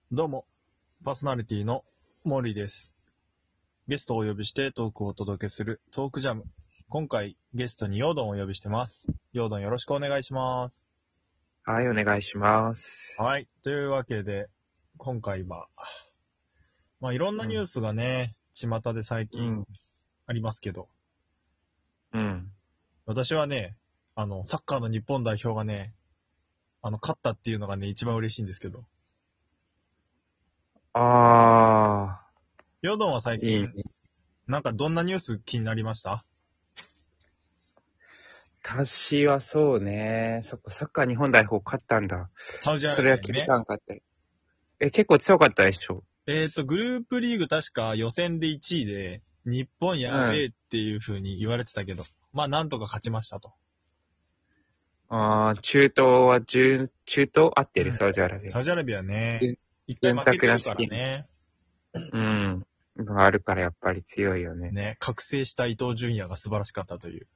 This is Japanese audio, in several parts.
どうも、パーソナリティのモーリーです。ゲストをお呼びしてトークをお届けするトークジャム。今回ゲストにヨードンをお呼びしてます。ヨードンよろしくお願いします。 はい、お願いします。 はい。というわけで、今回は、いろんなニュースがね、巷で最近ありますけど、 うん。 私はね、サッカーの日本代表がね、勝ったっていうのがね、一番嬉しいんですけど、 あヨードンは最いいね。 近、なんかどんなニュース気になりました？ 私はそうね。そっか、サッカー日本代表勝ったんだ。 サウジアラそれは聞いビアにね。 たんかった。結構強かったでしょ。 グループリーグ確か予選で1位で、日本うん。 やべえっていう風に言われてたけど、なんとか勝ちましたと。 中東合ってる、 うん。 サウジアラビア。 サウジアラビアね、 うん一回潤負けてるか沢な資金。 らね、 うん。があるからやっぱり強いよね。 ね、覚醒した伊東純也が素晴らしかったという。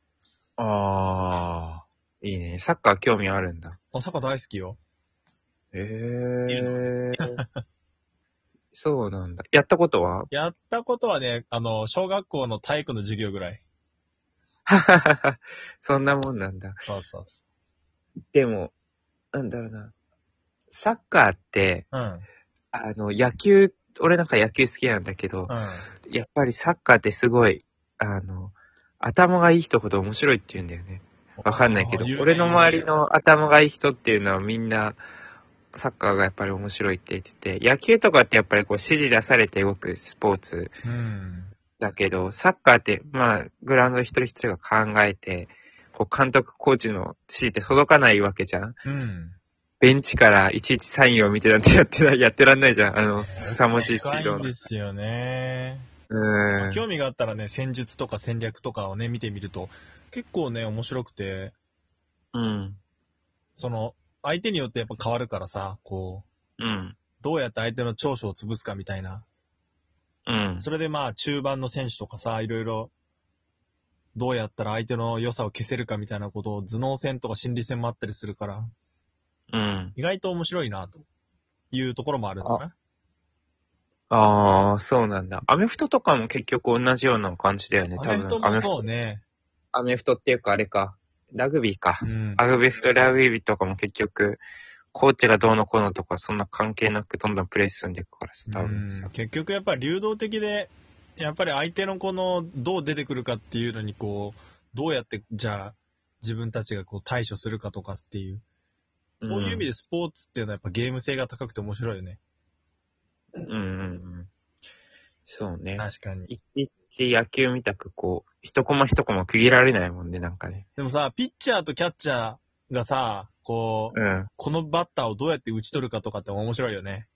ああ。いいね。サッカー興味あるんだ。 大阪大好きよ。 え見るの？ えそうなんだ。やったことは？ やったことはね、小学校の体育の授業ぐらい。 はははは。そんなもんなんだ。 そうそうそでも、なんだろうな。サッカーって、 う。うん。 野球、俺なんか野球好きなんだけど、 うん。 やっぱりサッカーってすごい、あの、頭がいい人ほど面白いって言うんだよね。わかんないけああ、 ど、 言うね、 俺の言うね。 周りの頭がいい人っていうのはみんな、サッカーがやっぱり面白いって言ってて、野球とかってやっぱりこう指示出されて動くスポーツうん。 だけど、サッカーって、グラウンド一人一人が考えて、こう監督、コーチの指示って届かないわけじゃん。 うん。 ベンチからいちいちサインを見てなんてやってらんないじゃん。凄まじいスピ深いんードの。 ですよね。 うーん。 興味があったらね、戦術とか戦略とかをね、見てみると、結構ね、面白くて、 うん。 その、相手によってやっぱ変わるからさ、こう、 うん。 どうやって相手の長所を潰すかみたいな。 うん。 それで中盤の選手とかさ、いろいろ、どうやったら相手の良さを消せるかみたいなことを頭脳戦とか心理戦もあったりするから、 うん。 意外と面白いな、というところもあるんだあ、 な。 そうなんだ。アメフトとかも結局同じような感じだよね。 アメフ多分、 トもそうね。 アメフトっていうかあれか。ラグビーか。 うん。 アメフト、ラグビーとかも結局、コーチがどうのこうのとかそんな関係なくどんどんプレー進んでいくからさ、多分さ。 結局やっぱり流動的で、やっぱり相手のどう出てくるかっていうのにどうやって、じゃあ、自分たちが対処するかとかっていう。そういう意味うん。 でスポーツっていうのはやっぱゲーム性が高くて面白いよね。 うんうんうん。そうね。 確かに。 いちいち野球みたくこう、一コマ一コマ区切られないもんね、なんかね。 でもさ、ピッチャーとキャッチャーがさ、 うん。 このバッターをどうやって打ち取るかとかって面白いよね。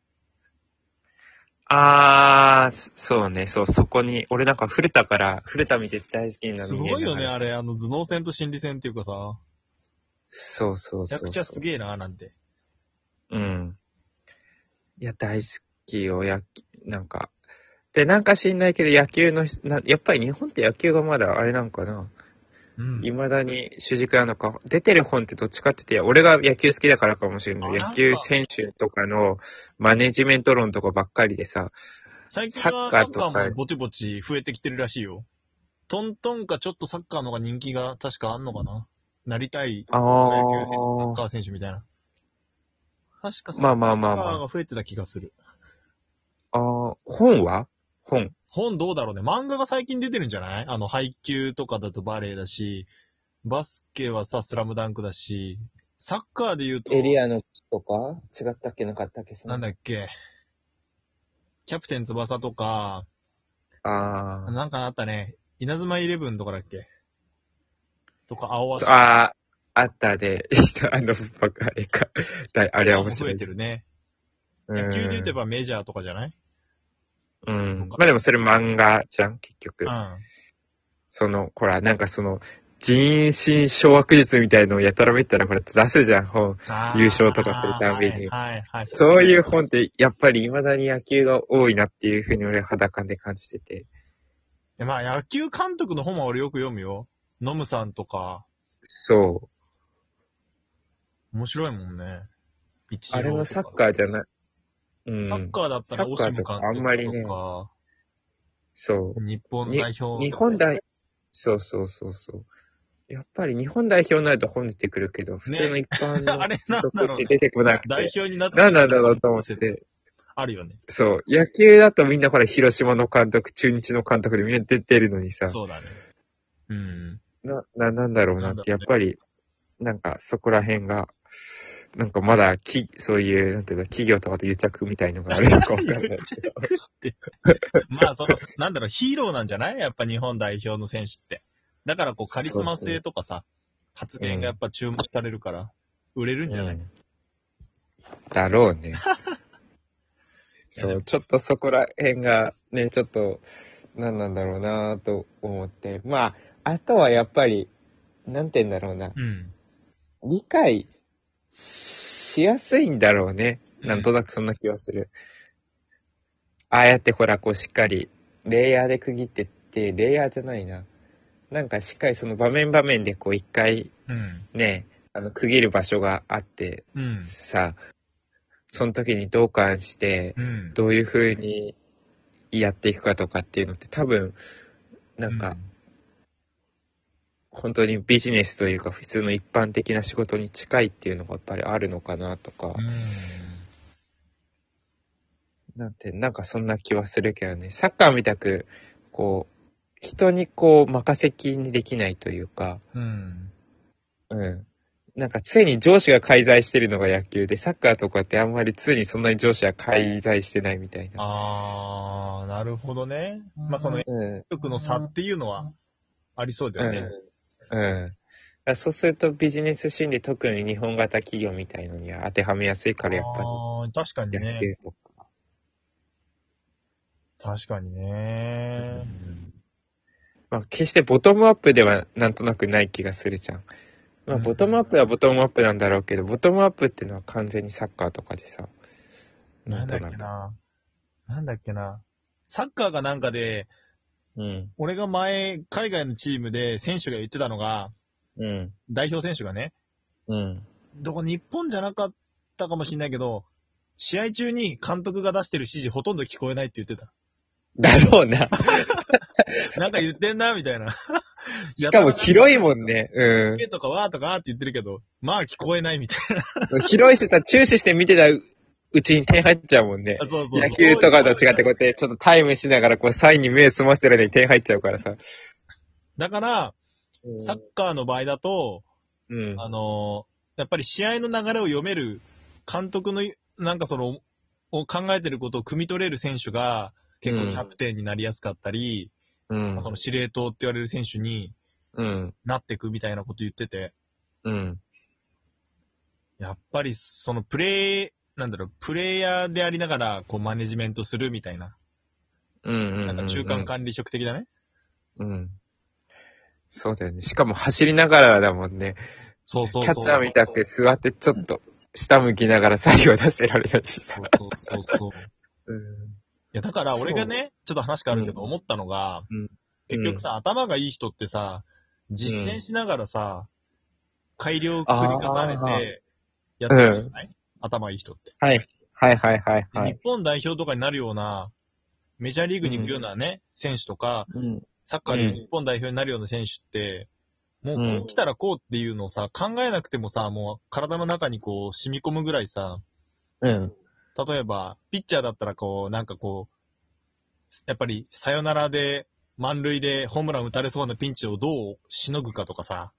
そうね、そう、そこに、俺なんか古田見て大好きなす人ごいよね、 間だからさ。 あれ。頭脳戦と心理戦っていうかさ、 そうそうめちゃくそうそちゃすげえな、なんて。 う。うん。いや、大好きよ、なんか。で、なんか知んないけど野球のやっぱり日本って野球がまだあれなんかな。 うん。 未だに主軸なのか。出てる本ってどっちかって言って、俺が野球好きだからかもしれない。 あ、 野球選手とかのマネジメント論とかばっかりでさ、 最近サッはサッカーカーとか、 もぼちぼち増えてきてるらしいよ。トントンかちょっとサッカーの方が人気が確かあんのかな。なりたいあプロ野球選手、サッカーあ、 選手みたいな。確かサッまあまあまあまカーが増えてた気がする。 あ。本は本。 本どうだろうね。漫画が最近出てるんじゃない？配球とかだとバレーだし、バスケはさ、スラムダンクだし、サッカーで言うと、 エリアの木とか違ったっけなかったっけなんだっけ、キャプテン翼とか、 あなんかあったね。稲妻イレブンとかだっけとか、青足とか。 あったで、バカあれか。あれは面今も増え白い。 てるね。 う野球で言えん。 ばメジャーとかじゃない？ うん。 とか。 まあでもそれ漫画じゃん、結局。 うん。 ほら、人心掌握術みたいのをやたらめったらほら出すじゃん、本。優勝とかするああ、はいたびに。 はいはい。 そういう本って、やっぱり未だに野球が多いなっていうふうに俺は肌感で感じてて。 野球監督の本は俺よく読むよ。ノムさんとか、 そう。 面白いもんね。一あれもサッ郎とか。 カーじゃない。 サッカーだったらオシム監督あんまりねとか、 そう。 日本代表。 日本代、そうそうそうそう。やっぱり日本代表になると本出てくるけど、普通の一般のあれなんだろうねって出てこなく代て、 表になって何なんだろうと思って。 あるよね。 そう。野球だとみんなほら、広島の監督、中日の監督でみんな出てるのにさ、 そうだね。うん。 なんだろうなって、やっぱり、なんかそこら辺が、なんかまだそういう、なんていうの、企業とかと癒着みたいのがあるのかわかんないけど。 まあ、なんだろう、ヒーローなんじゃないやっぱ日本代表の選手って。だからこう、カリスマ性とかさ、発言がやっぱ注目されるから、売れるんじゃない、 だろうね。そう、ちょっとそこら辺がね、ちょっと、何なんだろうなと思って。まあ、あとはやっぱり、なんて言うんだろうな。 うん。 理解しやすいんだろうね。なんとなくそんな気はする。ああやってほら、こうしっかり、レイヤーで区切ってって、レイヤーじゃないな。なんかしっかりその場面場面でこう一回、ね、区切る場所があって、さ、その時にどう感して、どういう風にやっていくかとかっていうのって多分、なんか、本当にビジネスというか普通の一般的な仕事に近いっていうのがやっぱりあるのかなとか、なんかそんな気はするけどね。サッカーみたく、こう、人にこう任せきにできないというか、なんか常に上司が介在してるのが野球で、サッカーとかってあんまり常にそんなに上司が介在してないみたいな。 あー、なるほどね。まあその、力の差っていうのはありそうだよね。 そうするとビジネスシーンで特に日本型企業みたいのには当てはめやすいからやっぱり。 確かにね。 野球とか。 確かにね。 まあ決してボトムアップではなんとなくない気がするじゃん。まあボトムアップはボトムアップなんだろうけど、ボトムアップっていうのは完全にサッカーとかでさ。 なんだっけな。サッカーがなんかで、俺が前、海外のチームで選手が言ってたのが、代表選手がね、日本じゃなかったかもしれないけど、試合中に監督が出してる指示ほとんど聞こえないって言ってた。 だろうな。 なんか言ってんな、みたいな。 しかも広いもんね。 とかわーとかって言ってるけど、まあ聞こえないみたいな。広いしてた注視して見てたうちに点入っちゃうもんね。 そうそう。 野球とかと違ってこうやってちょっとタイムしながらこうサインに目澄ましてる間に点入っちゃうからさ。 だから、サッカーの場合だと、やっぱり試合の流れを読める監督の、なんかを考えてることを汲み取れる選手が結構キャプテンになりやすかったり、その司令塔って言われる選手になっていくみたいなこと言ってて、やっぱりそのプレイヤーでありながらこうマネジメントするみたいな。なんか中間管理職的だね。 そうだよね。しかも走りながらだもんね。 そう。キャッチャーみたく座ってちょっと下向きながら作業出してられたしさ。 そう。いや、だから俺がね、ちょっと話変わるけど思ったのが、結局さ、頭がいい人ってさ、実践しながらさ、改良を繰り重ねて、やってるじゃない、頭いい人って。 はい。 日本代表とかになるような、メジャーリーグに行くようなね、選手とか、サッカーで日本代表になるような選手って、もうこう来たらこうっていうのをさ、考えなくてもさ、もう体の中にこう染み込むぐらいさ、例えば、ピッチャーだったらこう、なんかこう、やっぱりサヨナラで満塁でホームラン打たれそうなピンチをどうしのぐかとかさ、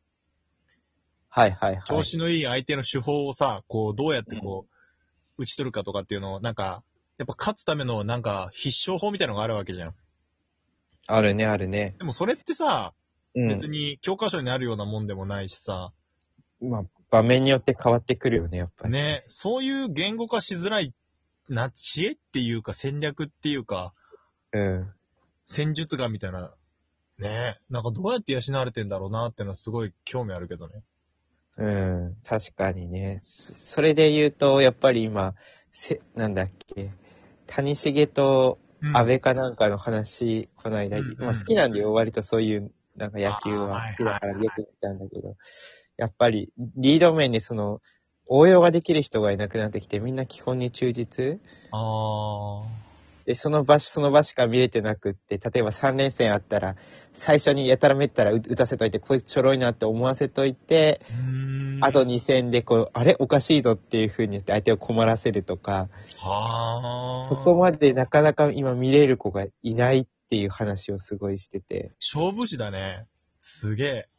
調子のいい相手の手法をさ、こう、どうやってこう、打ち取るかとかっていうのを、なんか、やっぱ勝つためのなんか必勝法みたいなのがあるわけじゃん。 あるね。 でもそれってさ、別に教科書にあるようなもんでもないしさ。 まあ、場面によって変わってくるよね、やっぱり。 ね、そういう言語化しづらい、知恵っていうか戦略っていうか、戦術眼みたいな、ね、なんかどうやって養われてんだろうなっていうのはすごい興味あるけどね。 確かにね。それで言うと、やっぱり今、なんだっけ、谷繁と安倍かなんかの話、この間、まあ好きなんで割とそういう、なんか野球は好きだからよく見たんだけど、やっぱりリード面でその、 応用ができる人がいなくなってきて、みんな基本に忠実あで、その場しか見れてなくって、例えば3連戦あったら、最初にやたらめったら打たせといて、こいつちょろいなって思わせといて、あと2戦であれおかしいぞっていう風に言って相手を困らせるとか、そこまでなかなか今見れる子がいないっていう話をすごいしてて。 勝負師だね。すげえ。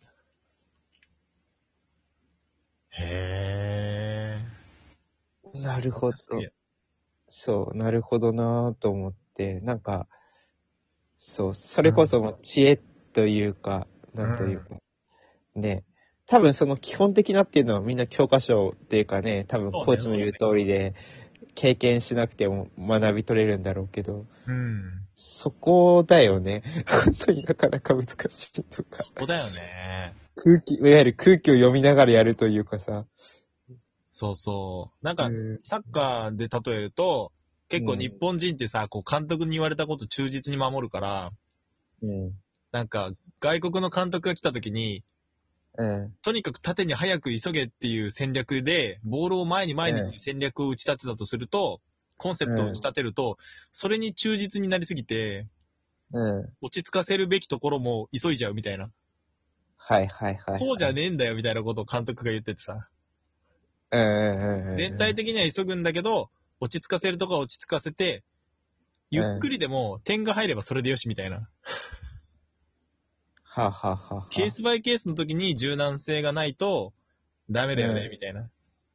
へー。 なるほど。そう、なるほどなぁと思って、なんか、そう、それこそもう知恵というか、なんというか、ね、多分その基本的なっていうのはみんな教科書っていうかね、多分コーチの言う通りで、経験しなくても学び取れるんだろうけど、そこだよね。本当になかなか難しいとか。 そこだよね。 いわゆる空気を読みながらやるというかさ。 そうそう。なんか、サッカーで例えると、結構日本人ってさ、こう監督に言われたこと忠実に守るから、なんか、外国の監督が来た時に、とにかく縦に早く急げっていう戦略で、ボールを前に戦略を打ち立てたとすると、コンセプトを打ち立てると、それに忠実になりすぎて、落ち着かせるべきところも急いじゃうみたいな。 はいはいはい。 そうじゃねえんだよみたいなことを監督が言っててさ。全体的には急ぐんだけど、落ち着かせるとこは落ち着かせて、ゆっくりでも点が入ればそれでよしみたいな。ケースバイケースの時に柔軟性がないとダメだよね、みたいな。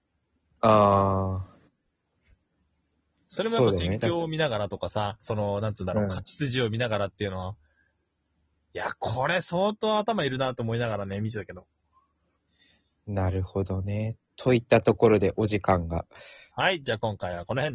それもやっぱ戦況を見ながらとかさ、なんつうんだろう、勝ち筋を見ながらっていうのは、いや、これ相当頭いるなと思いながらね、見てたけど。なるほどね。といったところでお時間が。はい、じゃあ今回はこの辺で。